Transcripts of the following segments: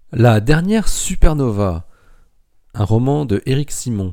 La dernière supernova, un roman de Éric Simon.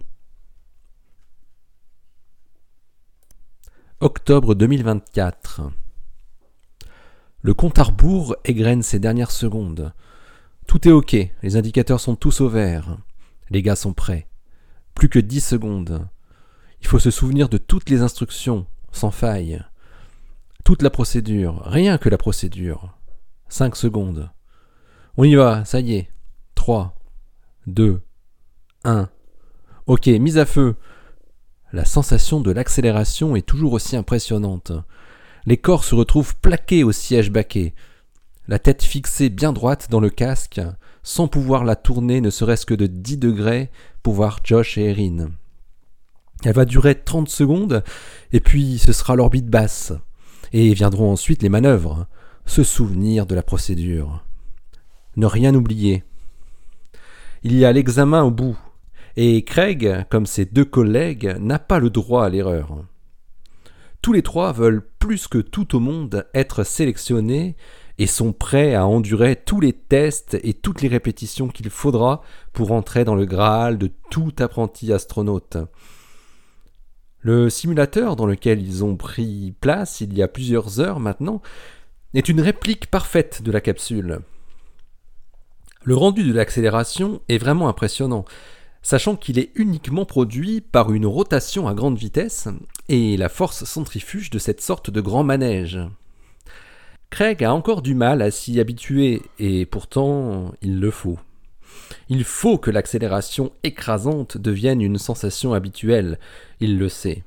Octobre 2024. Le compte à rebours égrène ses dernières secondes. Tout est ok, les indicateurs sont tous au vert. Les gars sont prêts. Plus que 10 secondes. Il faut se souvenir de toutes les instructions, sans faille. Toute la procédure, rien que la procédure. 5 secondes. On y va, ça y est. 3, 2, 1. Ok, mise à feu. La sensation de l'accélération est toujours aussi impressionnante. Les corps se retrouvent plaqués au siège baquet. La tête fixée bien droite dans le casque, sans pouvoir la tourner ne serait-ce que de 10 degrés pour voir Josh et Erin. Elle va durer 30 secondes, et puis ce sera l'orbite basse. Et viendront ensuite les manœuvres, se souvenir de la procédure. Ne rien oublier. Il y a l'examen au bout, et Craig, comme ses deux collègues, n'a pas le droit à l'erreur. Tous les trois veulent plus que tout au monde être sélectionnés et sont prêts à endurer tous les tests et toutes les répétitions qu'il faudra pour entrer dans le Graal de tout apprenti astronaute. Le simulateur dans lequel ils ont pris place il y a plusieurs heures maintenant est une réplique parfaite de la capsule. Le rendu de l'accélération est vraiment impressionnant, sachant qu'il est uniquement produit par une rotation à grande vitesse et la force centrifuge de cette sorte de grand manège. Craig a encore du mal à s'y habituer, et pourtant il le faut. Il faut que l'accélération écrasante devienne une sensation habituelle, il le sait.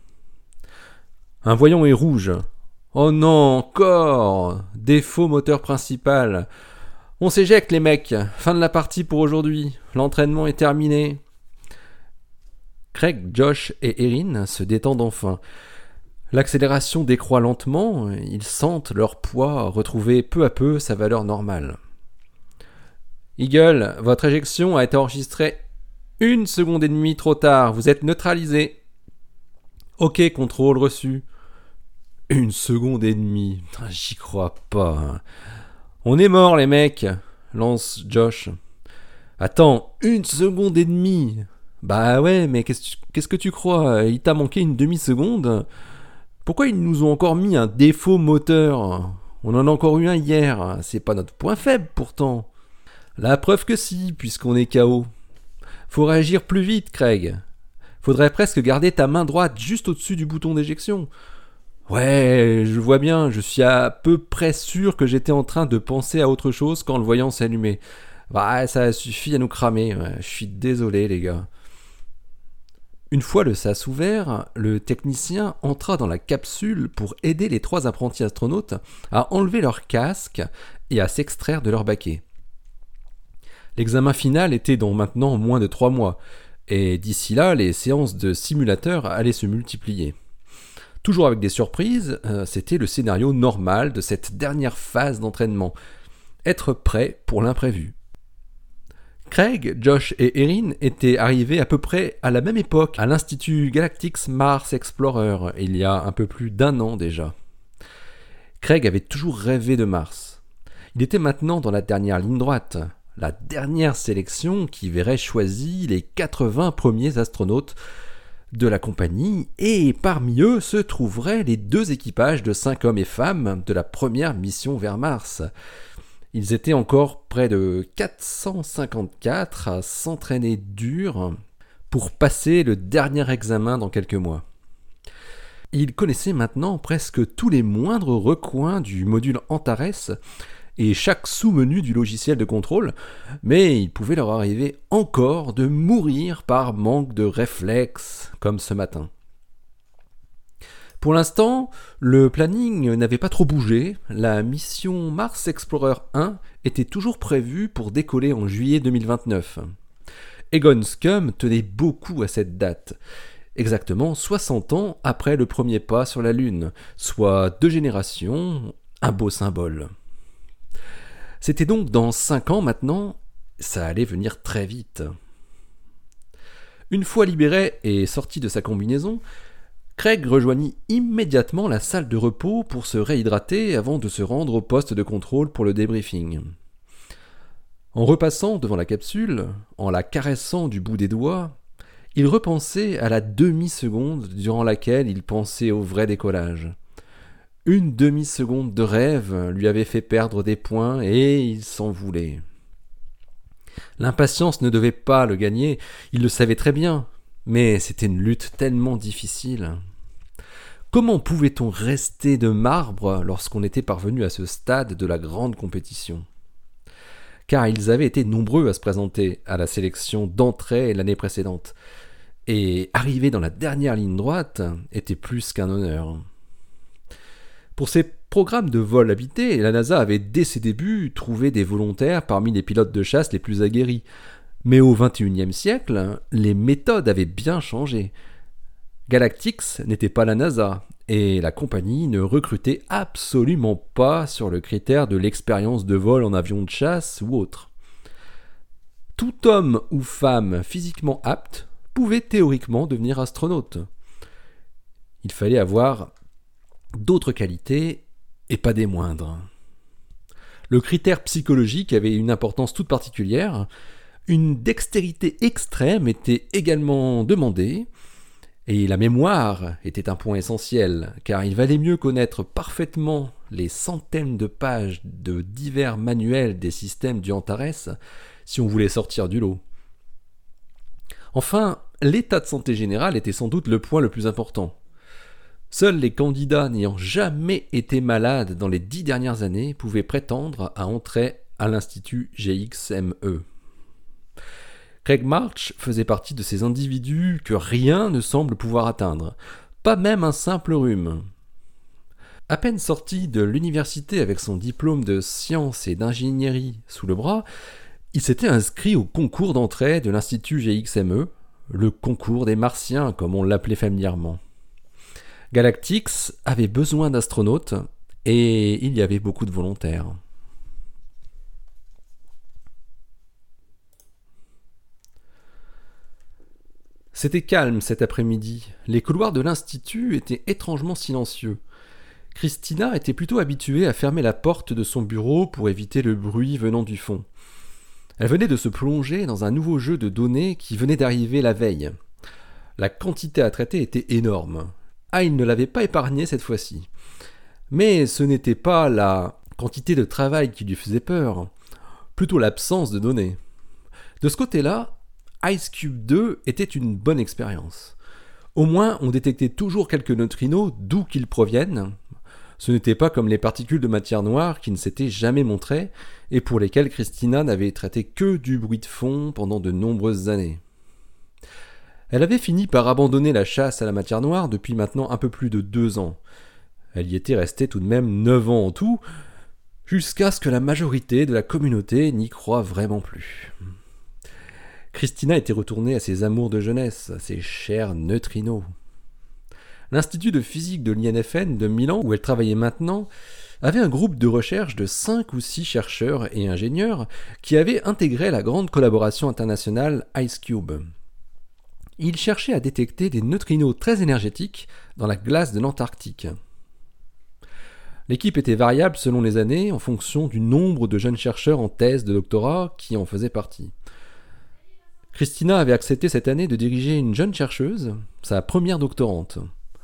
Un voyant est rouge. Oh non, encore! Défaut moteur principal. On s'éjecte les mecs, fin de la partie pour aujourd'hui, l'entraînement est terminé. Craig, Josh et Erin se détendent enfin. L'accélération décroît lentement, ils sentent leur poids retrouver peu à peu sa valeur normale. Eagle, votre éjection a été enregistrée 1 seconde et demie trop tard, vous êtes neutralisé. Ok, contrôle reçu. 1 seconde et demie, j'y crois pas. On est mort les mecs, lance Josh. Attends, 1 seconde et demie. Bah ouais, mais qu'est-ce que tu crois? Il t'a manqué une demi-seconde? Pourquoi ils nous ont encore mis un défaut moteur? On en a encore eu un hier, c'est pas notre point faible pourtant. La preuve que si, puisqu'on est KO. Faut réagir plus vite, Craig. Faudrait presque garder ta main droite juste au-dessus du bouton d'éjection. Ouais, je vois bien, je suis à peu près sûr que j'étais en train de penser à autre chose quand le voyant s'allumait. Bah, ça suffit à nous cramer, je suis désolé les gars. Une fois le sas ouvert, le technicien entra dans la capsule pour aider les 3 apprentis astronautes à enlever leur casque et à s'extraire de leur baquet. L'examen final était dans maintenant moins de 3 mois, et d'ici là, les séances de simulateur allaient se multiplier. Toujours avec des surprises, c'était le scénario normal de cette dernière phase d'entraînement. Être prêt pour l'imprévu. Craig, Josh et Erin étaient arrivés à peu près à la même époque à l'Institut Galactics Mars Explorer, il y a un peu plus d'1 an déjà. Craig avait toujours rêvé de Mars. Il était maintenant dans la dernière ligne droite, la dernière sélection qui verrait choisi les 80 premiers astronautes de la compagnie, et parmi eux se trouveraient les 2 équipages de 5 hommes et femmes de la première mission vers Mars. Ils étaient encore près de 454 à s'entraîner dur pour passer le dernier examen dans quelques mois. Ils connaissaient maintenant presque tous les moindres recoins du module Antares et chaque sous-menu du logiciel de contrôle, mais il pouvait leur arriver encore de mourir par manque de réflexes, comme ce matin. Pour l'instant, le planning n'avait pas trop bougé, la mission Mars Explorer 1 était toujours prévue pour décoller en juillet 2029. Egon Scumm tenait beaucoup à cette date, exactement 60 ans après le premier pas sur la Lune, soit 2 générations, un beau symbole. C'était donc dans 5 ans maintenant, ça allait venir très vite. Une fois libéré et sorti de sa combinaison, Craig rejoignit immédiatement la salle de repos pour se réhydrater avant de se rendre au poste de contrôle pour le débriefing. En repassant devant la capsule, en la caressant du bout des doigts, il repensait à la demi-seconde durant laquelle il pensait au vrai décollage. Une demi-seconde de rêve lui avait fait perdre des points et il s'en voulait. L'impatience ne devait pas le gagner, il le savait très bien, mais c'était une lutte tellement difficile. Comment pouvait-on rester de marbre lorsqu'on était parvenu à ce stade de la grande compétition ? Car ils avaient été nombreux à se présenter à la sélection d'entrée l'année précédente, et arriver dans la dernière ligne droite était plus qu'un honneur. Pour ces programmes de vol habité, la NASA avait dès ses débuts trouvé des volontaires parmi les pilotes de chasse les plus aguerris. Mais au XXIe siècle, les méthodes avaient bien changé. Galactix n'était pas la NASA, et la compagnie ne recrutait absolument pas sur le critère de l'expérience de vol en avion de chasse ou autre. Tout homme ou femme physiquement apte pouvait théoriquement devenir astronaute. Il fallait avoir d'autres qualités et pas des moindres. Le critère psychologique avait une importance toute particulière. Une dextérité extrême était également demandée, et la mémoire était un point essentiel, car il valait mieux connaître parfaitement les centaines de pages de divers manuels des systèmes du Antares si on voulait sortir du lot. Enfin, l'état de santé général était sans doute le point le plus important. Seuls les candidats n'ayant jamais été malades dans les 10 dernières années pouvaient prétendre à entrer à l'Institut GXME. Craig March faisait partie de ces individus que rien ne semble pouvoir atteindre, pas même un simple rhume. À peine sorti de l'université avec son diplôme de sciences et d'ingénierie sous le bras, il s'était inscrit au concours d'entrée de l'Institut GXME, le concours des Martiens comme on l'appelait familièrement. Galactix avait besoin d'astronautes et il y avait beaucoup de volontaires. C'était calme cet après-midi. Les couloirs de l'Institut étaient étrangement silencieux. Christina était plutôt habituée à fermer la porte de son bureau pour éviter le bruit venant du fond. Elle venait de se plonger dans un nouveau jeu de données qui venait d'arriver la veille. La quantité à traiter était énorme. Il ne l'avait pas épargné cette fois-ci. Mais ce n'était pas la quantité de travail qui lui faisait peur, plutôt l'absence de données. De ce côté-là, IceCube 2 était une bonne expérience. Au moins, on détectait toujours quelques neutrinos d'où qu'ils proviennent. Ce n'était pas comme les particules de matière noire qui ne s'étaient jamais montrées et pour lesquelles Christina n'avait traité que du bruit de fond pendant de nombreuses années. Elle avait fini par abandonner la chasse à la matière noire depuis maintenant un peu plus de 2 ans. Elle y était restée tout de même 9 ans en tout, jusqu'à ce que la majorité de la communauté n'y croie vraiment plus. Christina était retournée à ses amours de jeunesse, à ses chers neutrinos. L'Institut de physique de l'INFN de Milan, où elle travaillait maintenant, avait un groupe de recherche de 5 ou 6 chercheurs et ingénieurs qui avaient intégré la grande collaboration internationale IceCube. Ils cherchaient à détecter des neutrinos très énergétiques dans la glace de l'Antarctique. L'équipe était variable selon les années en fonction du nombre de jeunes chercheurs en thèse de doctorat qui en faisaient partie. Christina avait accepté cette année de diriger une jeune chercheuse, sa première doctorante.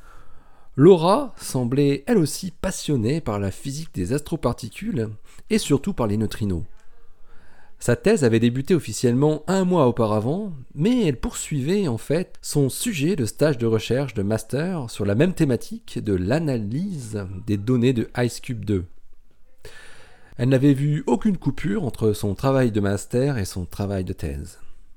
Laura semblait elle aussi passionnée par la physique des astroparticules et surtout par les neutrinos. Sa thèse avait débuté officiellement 1 mois auparavant, mais elle poursuivait en fait son sujet de stage de recherche de master sur la même thématique de l'analyse des données de IceCube 2. Elle n'avait vu aucune coupure entre son travail de master et son travail de thèse.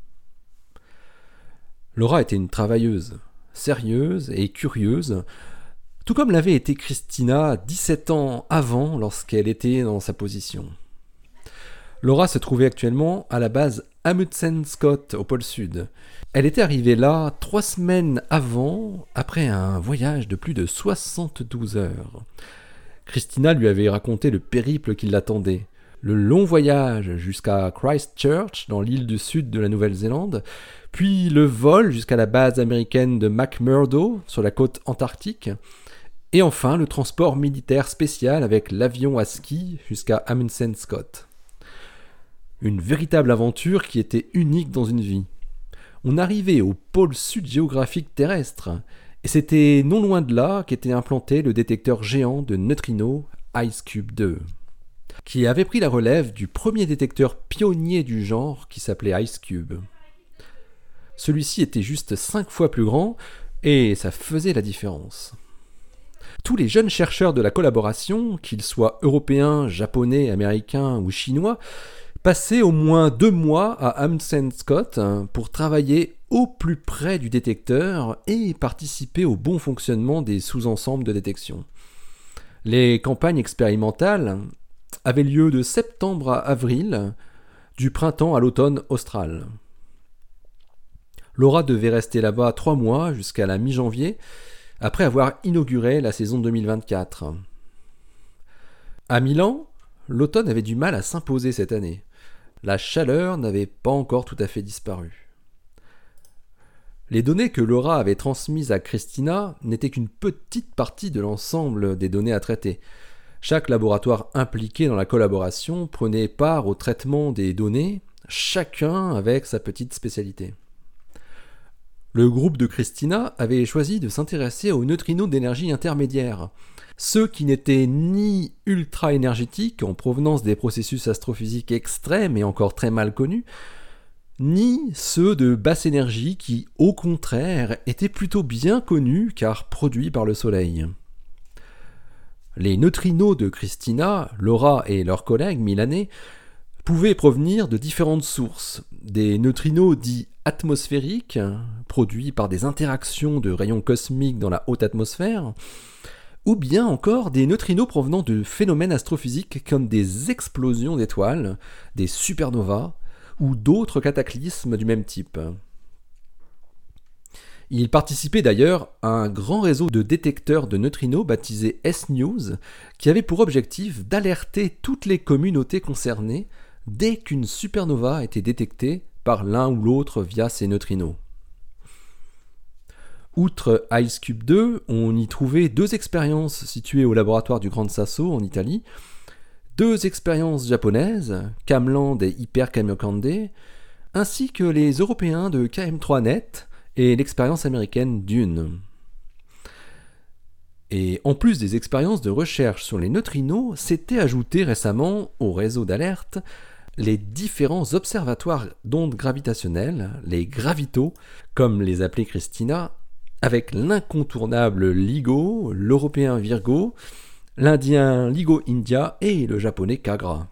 Laura était une travailleuse, sérieuse et curieuse, tout comme l'avait été Christina 17 ans avant lorsqu'elle était dans sa position. Laura se trouvait actuellement à la base Amundsen-Scott au pôle Sud. Elle était arrivée là 3 semaines avant, après un voyage de plus de 72 heures. Christina lui avait raconté le périple qui l'attendait. Le long voyage jusqu'à Christchurch, dans l'île du sud de la Nouvelle-Zélande, puis le vol jusqu'à la base américaine de McMurdo, sur la côte antarctique, et enfin le transport militaire spécial avec l'avion à ski jusqu'à Amundsen-Scott. Une véritable aventure qui était unique dans une vie. On arrivait au pôle sud géographique terrestre, et c'était non loin de là qu'était implanté le détecteur géant de neutrinos IceCube 2, qui avait pris la relève du premier détecteur pionnier du genre qui s'appelait IceCube. Celui-ci était juste 5 fois plus grand, et ça faisait la différence. Tous les jeunes chercheurs de la collaboration, qu'ils soient européens, japonais, américains ou chinois, passaient au moins 2 mois à Amundsen Scott pour travailler au plus près du détecteur et participer au bon fonctionnement des sous-ensembles de détection. Les campagnes expérimentales avaient lieu de septembre à avril, du printemps à l'automne austral. Laura devait rester là-bas 3 mois jusqu'à la mi-janvier, après avoir inauguré la saison 2024. À Milan, l'automne avait du mal à s'imposer cette année. La chaleur n'avait pas encore tout à fait disparu. Les données que Laura avait transmises à Christina n'étaient qu'une petite partie de l'ensemble des données à traiter. Chaque laboratoire impliqué dans la collaboration prenait part au traitement des données, chacun avec sa petite spécialité. Le groupe de Christina avait choisi de s'intéresser aux neutrinos d'énergie intermédiaire, ceux qui n'étaient ni ultra-énergétiques en provenance des processus astrophysiques extrêmes et encore très mal connus, ni ceux de basse énergie qui, au contraire, étaient plutôt bien connus car produits par le Soleil. Les neutrinos de Christina, Laura et leurs collègues milanais pouvaient provenir de différentes sources, des neutrinos dits atmosphériques, produits par des interactions de rayons cosmiques dans la haute atmosphère, ou bien encore des neutrinos provenant de phénomènes astrophysiques comme des explosions d'étoiles, des supernovas, ou d'autres cataclysmes du même type. Il participait d'ailleurs à un grand réseau de détecteurs de neutrinos baptisé S-News, qui avait pour objectif d'alerter toutes les communautés concernées dès qu'une supernova était détectée par l'un ou l'autre via ces neutrinos. Outre IceCube 2, on y trouvait 2 expériences situées au laboratoire du Gran Sasso en Italie, 2 expériences japonaises, Camland et Hyper Kamiokande, ainsi que les Européens de KM3Net et l'expérience américaine Dune. Et en plus des expériences de recherche sur les neutrinos, s'étaient ajoutés récemment au réseau d'alerte les différents observatoires d'ondes gravitationnelles, les gravitos, comme les appelait Christina, avec l'incontournable LIGO, l'européen Virgo, l'indien LIGO India et le japonais Kagra.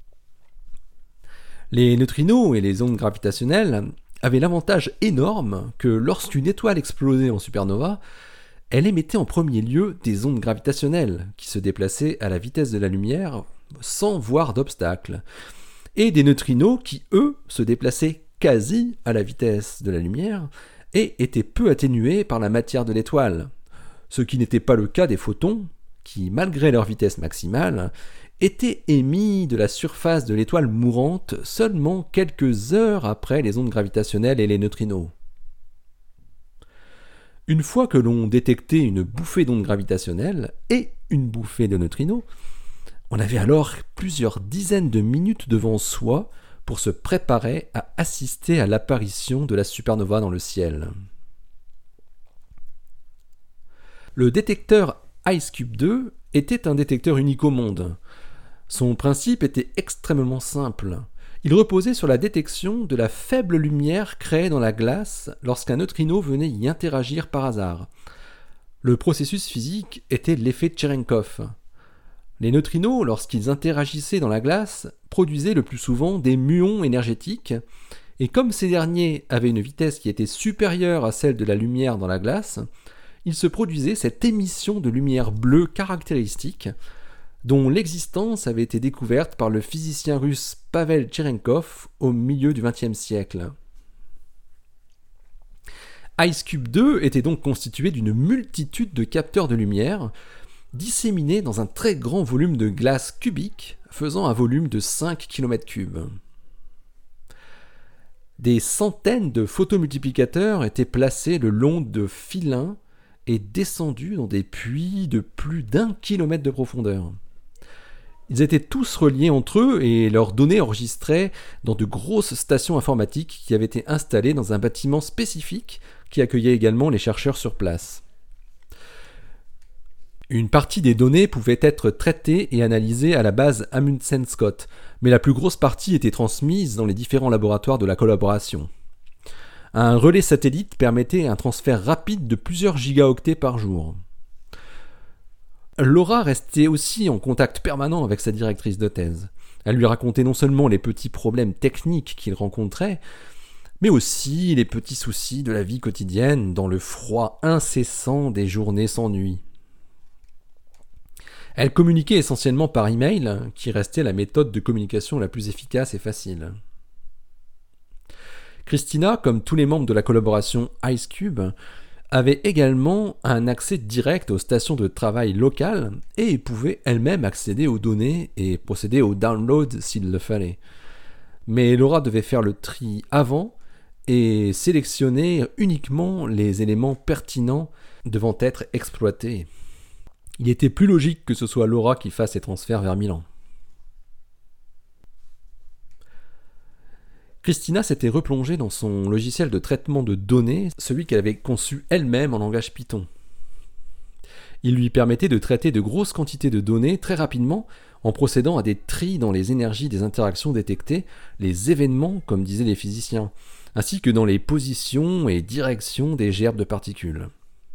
Les neutrinos et les ondes gravitationnelles avaient l'avantage énorme que lorsqu'une étoile explosait en supernova, elle émettait en premier lieu des ondes gravitationnelles qui se déplaçaient à la vitesse de la lumière sans voir d'obstacle, et des neutrinos qui, eux, se déplaçaient quasi à la vitesse de la lumière et étaient peu atténués par la matière de l'étoile, ce qui n'était pas le cas des photons, qui, malgré leur vitesse maximale, étaient émis de la surface de l'étoile mourante seulement quelques heures après les ondes gravitationnelles et les neutrinos. Une fois que l'on détectait une bouffée d'ondes gravitationnelles et une bouffée de neutrinos, on avait alors plusieurs dizaines de minutes devant soi pour se préparer à assister à l'apparition de la supernova dans le ciel. Le détecteur IceCube 2 était un détecteur unique au monde. Son principe était extrêmement simple. Il reposait sur la détection de la faible lumière créée dans la glace lorsqu'un neutrino venait y interagir par hasard. Le processus physique était l'effet Cherenkov. Les neutrinos, lorsqu'ils interagissaient dans la glace, produisaient le plus souvent des muons énergétiques, et comme ces derniers avaient une vitesse qui était supérieure à celle de la lumière dans la glace, il se produisait cette émission de lumière bleue caractéristique, dont l'existence avait été découverte par le physicien russe Pavel Cherenkov au milieu du XXe siècle. IceCube 2 était donc constitué d'une multitude de capteurs de lumière, disséminés dans un très grand volume de glace cubique, faisant un volume de 5 km3. Des centaines de photomultiplicateurs étaient placés le long de filins et descendus dans des puits de plus d'1 kilomètre de profondeur. Ils étaient tous reliés entre eux et leurs données enregistraient dans de grosses stations informatiques qui avaient été installées dans un bâtiment spécifique qui accueillait également les chercheurs sur place. Une partie des données pouvait être traitée et analysée à la base Amundsen-Scott, mais la plus grosse partie était transmise dans les différents laboratoires de la collaboration. Un relais satellite permettait un transfert rapide de plusieurs gigaoctets par jour. Laura restait aussi en contact permanent avec sa directrice de thèse. Elle lui racontait non seulement les petits problèmes techniques qu'il rencontrait, mais aussi les petits soucis de la vie quotidienne dans le froid incessant des journées sans nuit. Elle communiquait essentiellement par email, qui restait la méthode de communication la plus efficace et facile. Christina, comme tous les membres de la collaboration IceCube, avait également un accès direct aux stations de travail locales et pouvait elle-même accéder aux données et procéder au download s'il le fallait. Mais Laura devait faire le tri avant et sélectionner uniquement les éléments pertinents devant être exploités. Il était plus logique que ce soit Laura qui fasse ces transferts vers Milan. Christina s'était replongée dans son logiciel de traitement de données, celui qu'elle avait conçu elle-même en langage Python. Il lui permettait de traiter de grosses quantités de données très rapidement en procédant à des tris dans les énergies des interactions détectées, les événements, comme disaient les physiciens, ainsi que dans les positions et directions des gerbes de particules.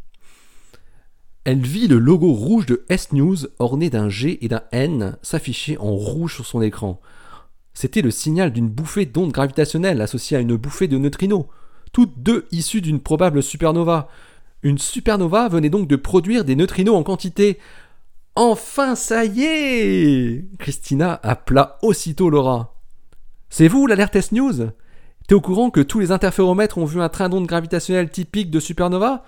Elle vit le logo rouge de S-News orné d'un G et d'un N s'afficher en rouge sur son écran. C'était le signal d'une bouffée d'ondes gravitationnelles associée à une bouffée de neutrinos, toutes deux issues d'une probable supernova. Une supernova venait donc de produire des neutrinos en quantité. Enfin, ça y est! Christina appela aussitôt Laura. C'est vous, l'alerte S-News? T'es au courant que tous les interféromètres ont vu un train d'ondes gravitationnelles typique de supernova?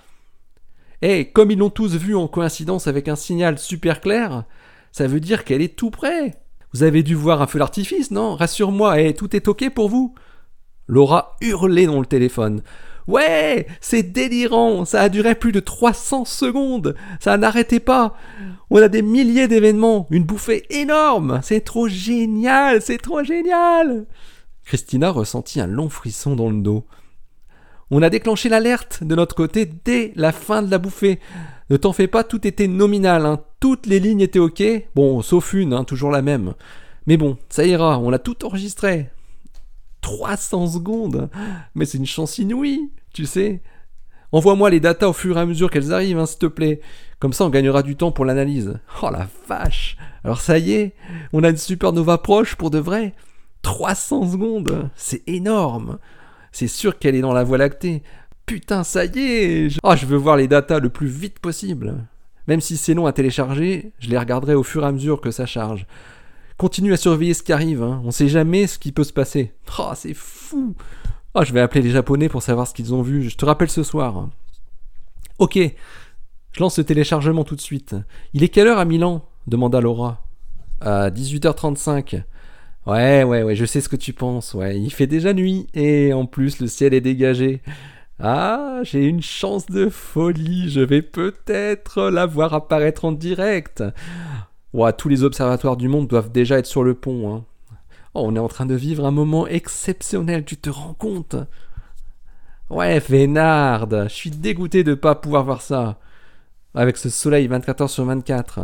Et comme ils l'ont tous vu en coïncidence avec un signal super clair, ça veut dire qu'elle est tout près. Vous avez dû voir un feu d'artifice, non? Rassure-moi, tout est ok pour vous? Laura hurlait dans le téléphone. Ouais, c'est délirant, ça a duré plus de 300 secondes, ça n'arrêtait pas. On a des milliers d'événements, une bouffée énorme, c'est trop génial, c'est trop génial. Christina ressentit un long frisson dans le dos. On a déclenché l'alerte de notre côté dès la fin de la bouffée. Ne t'en fais pas, tout était nominal, hein. Toutes les lignes étaient ok, bon, sauf une, hein, toujours la même. Mais bon, ça ira, on l'a tout enregistré. 300 secondes, mais c'est une chance inouïe, tu sais. Envoie-moi les datas au fur et à mesure qu'elles arrivent, hein, s'il te plaît. Comme ça, on gagnera du temps pour l'analyse. Oh la vache! Alors ça y est, on a une supernova proche pour de vrai. 300 secondes, c'est énorme. C'est sûr qu'elle est dans la Voie lactée. Putain, ça y est! Je veux voir les datas le plus vite possible. Même si c'est long à télécharger, je les regarderai au fur et à mesure que ça charge. Continue à surveiller ce qui arrive, hein. On sait jamais ce qui peut se passer. Oh, c'est fou! Je vais appeler les Japonais pour savoir ce qu'ils ont vu. Je te rappelle ce soir. Ok, je lance le téléchargement tout de suite. Il est quelle heure à Milan? Demanda Laura. À 18h35. Ouais, je sais ce que tu penses. Ouais, il fait déjà nuit et en plus le ciel est dégagé. Ah, j'ai une chance de folie, je vais peut-être la voir apparaître en direct. Tous les observatoires du monde doivent déjà être sur le pont, hein. On est en train de vivre un moment exceptionnel, tu te rends compte? Ouais, Vénarde, je suis dégoûté de pas pouvoir voir ça. Avec ce soleil 24 heures sur 24.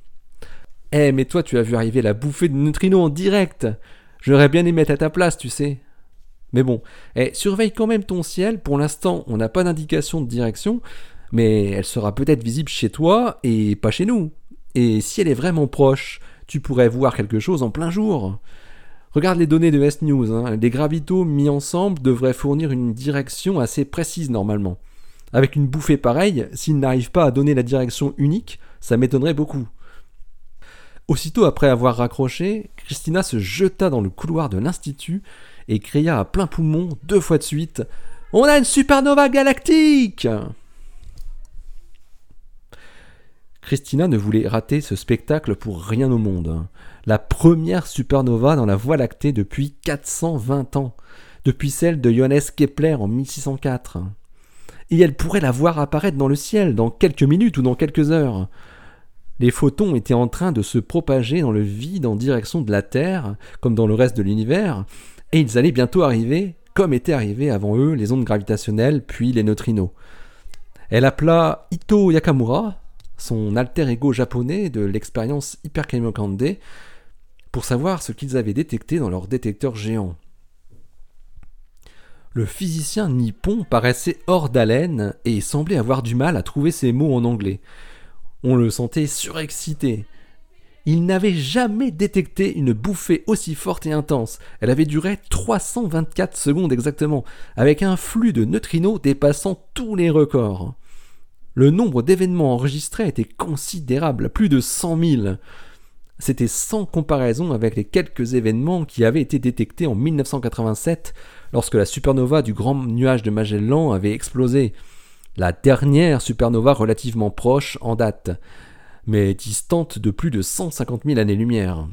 Mais toi, tu as vu arriver la bouffée de neutrinos en direct. J'aurais bien aimé être à ta place, tu sais. Mais bon, surveille quand même ton ciel. Pour l'instant, on n'a pas d'indication de direction, mais elle sera peut-être visible chez toi et pas chez nous. Et si elle est vraiment proche, tu pourrais voir quelque chose en plein jour. Regarde les données de S-News, hein. Les gravitos mis ensemble devraient fournir une direction assez précise normalement. Avec une bouffée pareille, s'ils n'arrivent pas à donner la direction unique, ça m'étonnerait beaucoup. Aussitôt après avoir raccroché, Christina se jeta dans le couloir de l'Institut et cria à plein poumon 2 fois de suite « On a une supernova galactique !» Christina ne voulait rater ce spectacle pour rien au monde. La première supernova dans la Voie lactée depuis 420 ans, depuis celle de Johannes Kepler en 1604. Et elle pourrait la voir apparaître dans le ciel dans quelques minutes ou dans quelques heures. Les photons étaient en train de se propager dans le vide en direction de la Terre, comme dans le reste de l'univers, et ils allaient bientôt arriver, comme étaient arrivés avant eux les ondes gravitationnelles puis les neutrinos. Elle appela Ito Yakamura, son alter ego japonais de l'expérience Hyper Kamiokande, pour savoir ce qu'ils avaient détecté dans leur détecteur géant. Le physicien nippon paraissait hors d'haleine et semblait avoir du mal à trouver ses mots en anglais. On le sentait surexcité. Il n'avait jamais détecté une bouffée aussi forte et intense. Elle avait duré 324 secondes exactement, avec un flux de neutrinos dépassant tous les records. Le nombre d'événements enregistrés était considérable, plus de 100 000. C'était sans comparaison avec les quelques événements qui avaient été détectés en 1987, lorsque la supernova du Grand Nuage de Magellan avait explosé. La dernière supernova relativement proche en date, mais distante de plus de 150 000 années-lumière.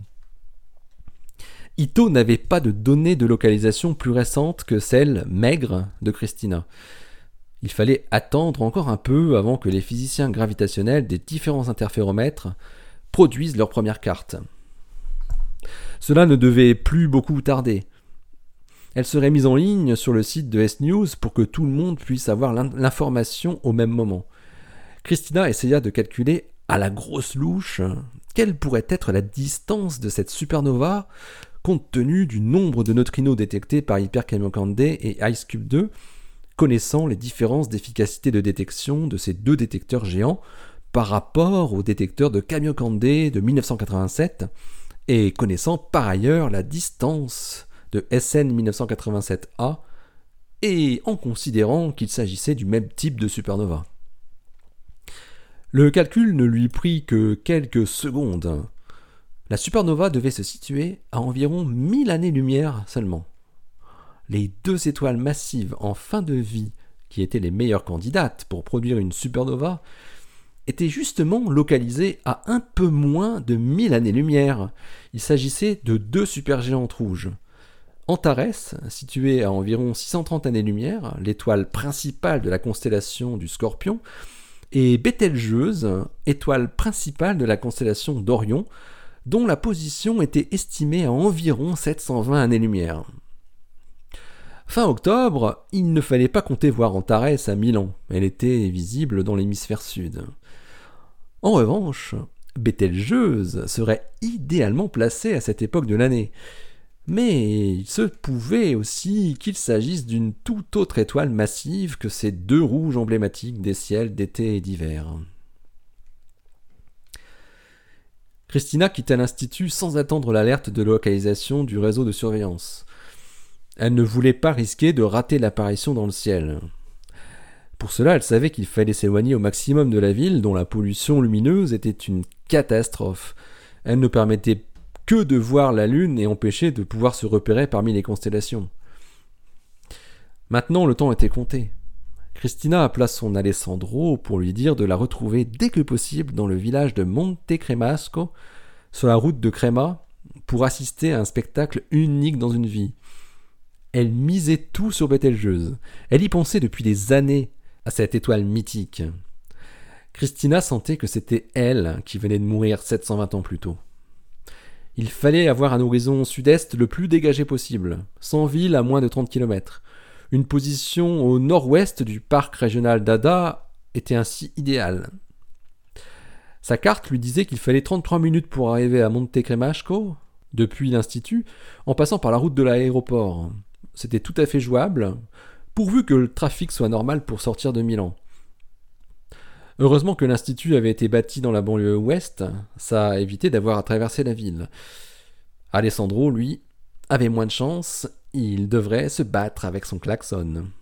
Ito n'avait pas de données de localisation plus récentes que celles maigres de Christina. Il fallait attendre encore un peu avant que les physiciens gravitationnels des différents interféromètres produisent leurs premières cartes. Cela ne devait plus beaucoup tarder. Elle serait mise en ligne sur le site de S-News pour que tout le monde puisse avoir l'information au même moment. Christina essaya de calculer à la grosse louche quelle pourrait être la distance de cette supernova compte tenu du nombre de neutrinos détectés par Hyper Kamiokande et IceCube 2, connaissant les différences d'efficacité de détection de ces deux détecteurs géants par rapport au détecteur de Kamiokande de 1987 et connaissant par ailleurs la distance de SN 1987A et en considérant qu'il s'agissait du même type de supernova. Le calcul ne lui prit que quelques secondes. La supernova devait se situer à environ 1000 années-lumière seulement. Les deux étoiles massives en fin de vie, qui étaient les meilleures candidates pour produire une supernova, étaient justement localisées à un peu moins de 1000 années-lumière. Il s'agissait de deux supergéantes rouges. Antares, située à environ 630 années-lumière, l'étoile principale de la constellation du Scorpion, et Bételgeuse, étoile principale de la constellation d'Orion, dont la position était estimée à environ 720 années-lumière. Fin octobre, il ne fallait pas compter voir Antares à Milan, elle était visible dans l'hémisphère sud. En revanche, Bételgeuse serait idéalement placée à cette époque de l'année. Mais il se pouvait aussi qu'il s'agisse d'une toute autre étoile massive que ces deux rouges emblématiques des ciels d'été et d'hiver. Christina quitta l'Institut sans attendre l'alerte de localisation du réseau de surveillance. Elle ne voulait pas risquer de rater l'apparition dans le ciel. Pour cela, elle savait qu'il fallait s'éloigner au maximum de la ville dont la pollution lumineuse était une catastrophe. Elle ne permettait que de voir la Lune et empêcher de pouvoir se repérer parmi les constellations. Maintenant, le temps était compté. Christina appela son Alessandro pour lui dire de la retrouver dès que possible dans le village de Monte Cremasco, sur la route de Crema, pour assister à un spectacle unique dans une vie. Elle misait tout sur Bételgeuse. Elle y pensait depuis des années à cette étoile mythique. Christina sentait que c'était elle qui venait de mourir 720 ans plus tôt. Il fallait avoir un horizon sud-est le plus dégagé possible, sans ville à moins de 30 km. Une position au nord-ouest du parc régional d'Ada était ainsi idéale. Sa carte lui disait qu'il fallait 33 minutes pour arriver à Monte Cremasco, depuis l'Institut, en passant par la route de l'aéroport. C'était tout à fait jouable, pourvu que le trafic soit normal pour sortir de Milan. Heureusement que l'Institut avait été bâti dans la banlieue ouest, ça a évité d'avoir à traverser la ville. Alessandro, lui, avait moins de chance, il devrait se battre avec son klaxon.